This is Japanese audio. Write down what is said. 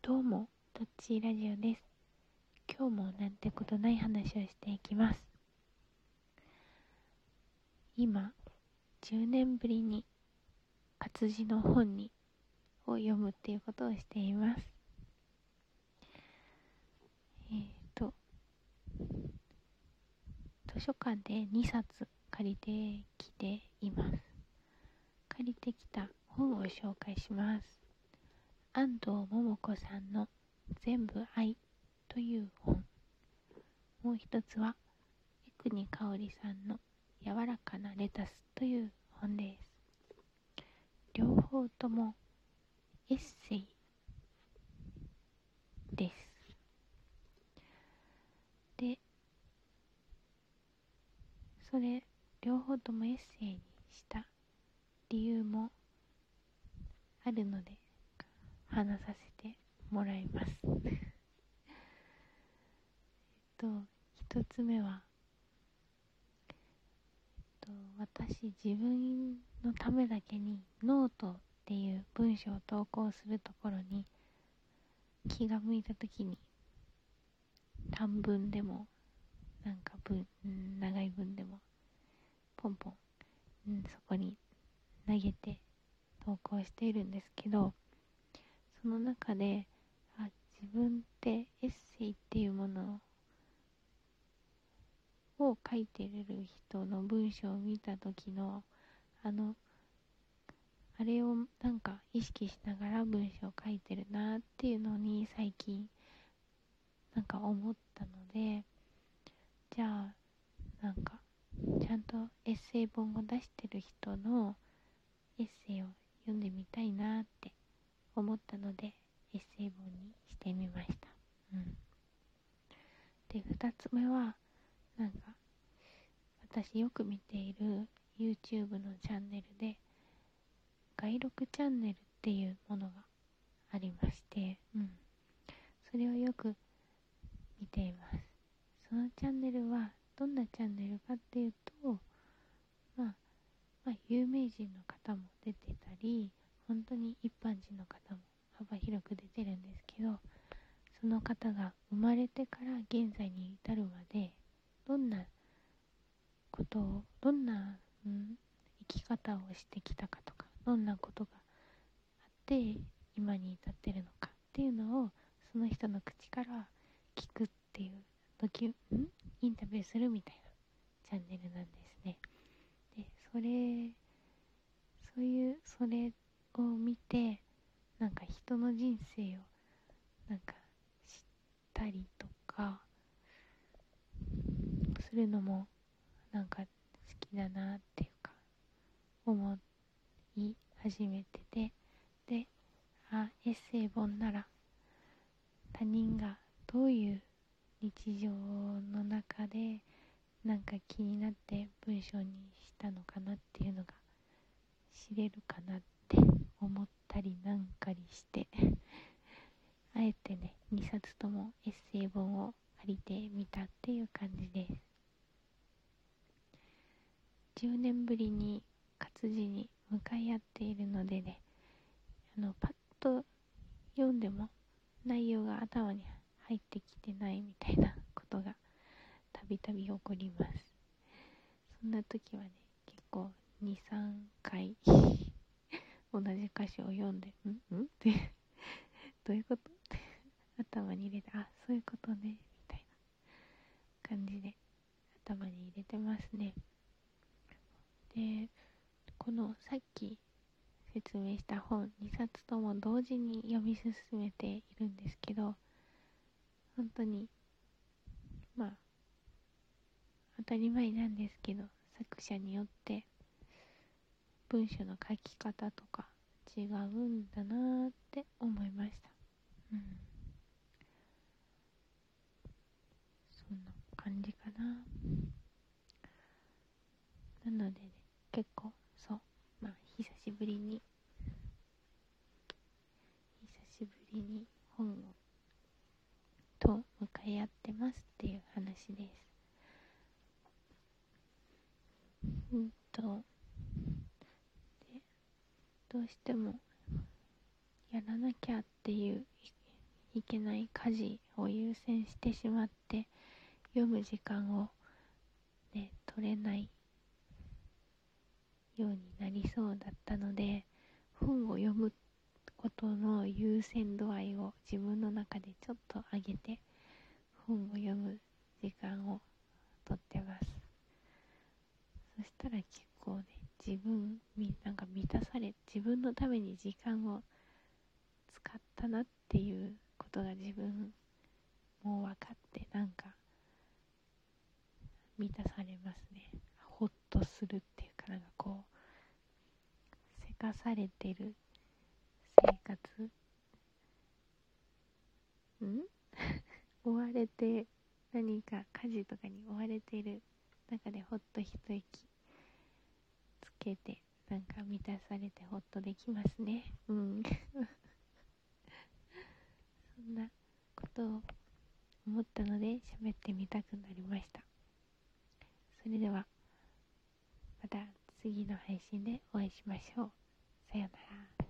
どうも、トッチーラジオです。今日もなんてことない話をしていきます。今、10年ぶりに活字の本を読むっていうことをしています。図書館で2冊借りてきています。借りてきた本を紹介します。安藤桃子さんの全部愛という本。もう一つは江国香織さんの柔らかなレタスという本です。両方ともエッセイです。で、両方ともエッセイにした理由もあるので話させてもらいます。一つ目は、私自分のためだけにノートっていう文章を投稿するところに気が向いたときに短文でも長い文でもポンポン、そこに投げて投稿しているんですけど、その中で自分ってエッセイっていうものを書いてる人の文章を見た時のあれを意識しながら文章を書いてるなっていうのに最近思ったので、じゃあちゃんとエッセイ本を出してる人のエッセイを読んでみたいなって思ったのでエッセイ本にしてみました。で、2つ目は私よく見ている YouTube のチャンネルで外録チャンネルっていうものがありまして、それをよく見ています。そのチャンネルはどんなチャンネルかっていうと、有名人の方も出てたり、本当に一般人の方も幅広く出てるんですけど、その方が生まれてから現在に至るまでどんな生き方をしてきたかとか、どんなことがあって今に至ってるのかっていうのをその人の口から聞くっていうインタビューするみたいなチャンネルなんですね。で、それを見て人の人生を知ったりとかするのも好きだなっていうか思い始めてて、で、エッセイ本なら他人がどういう日常の中で気になって文章にしたのかなっていうのが知れるかなって思ったりしてあえてね、2冊ともエッセイ本を借りてみたっていう感じです。10年ぶりに活字に向かい合っているのでね、パッと読んでも内容が頭に入ってきてないみたいなことがたびたび起こります。そんな時はね、結構 2,3 回同じ歌詞を読んでってどういうことって頭に入れて、そういうことねみたいな感じで頭に入れてますね。で、このさっき説明した本2冊とも同時に読み進めているんですけど、本当に当たり前なんですけど、作者によって文章の書き方とか違うんだなーって思いました。そんな感じかな。なのでね、結構久しぶりに本と向かい合ってますっていう話です。で、どうしてもやらなきゃっていういけない家事を優先してしまって読む時間を、ね、取れないようになりそうだったので、本を読むことの優先度合いを自分の中でちょっと上げて本を読む時間をとってます。そしたら結構ね、なんか満たされ、自分のために時間を使ったなっていうことが自分も分かって、なんか満たされますね。ほっとするっていうか、なんかこうせかされてる生活追われて、何か家事とかに追われている中でほっと一息つけて、なんか満たされてほっとできますね。そんなことを思ったので喋ってみたくなりました。それではまた次の配信でお会いしましょう。さようなら。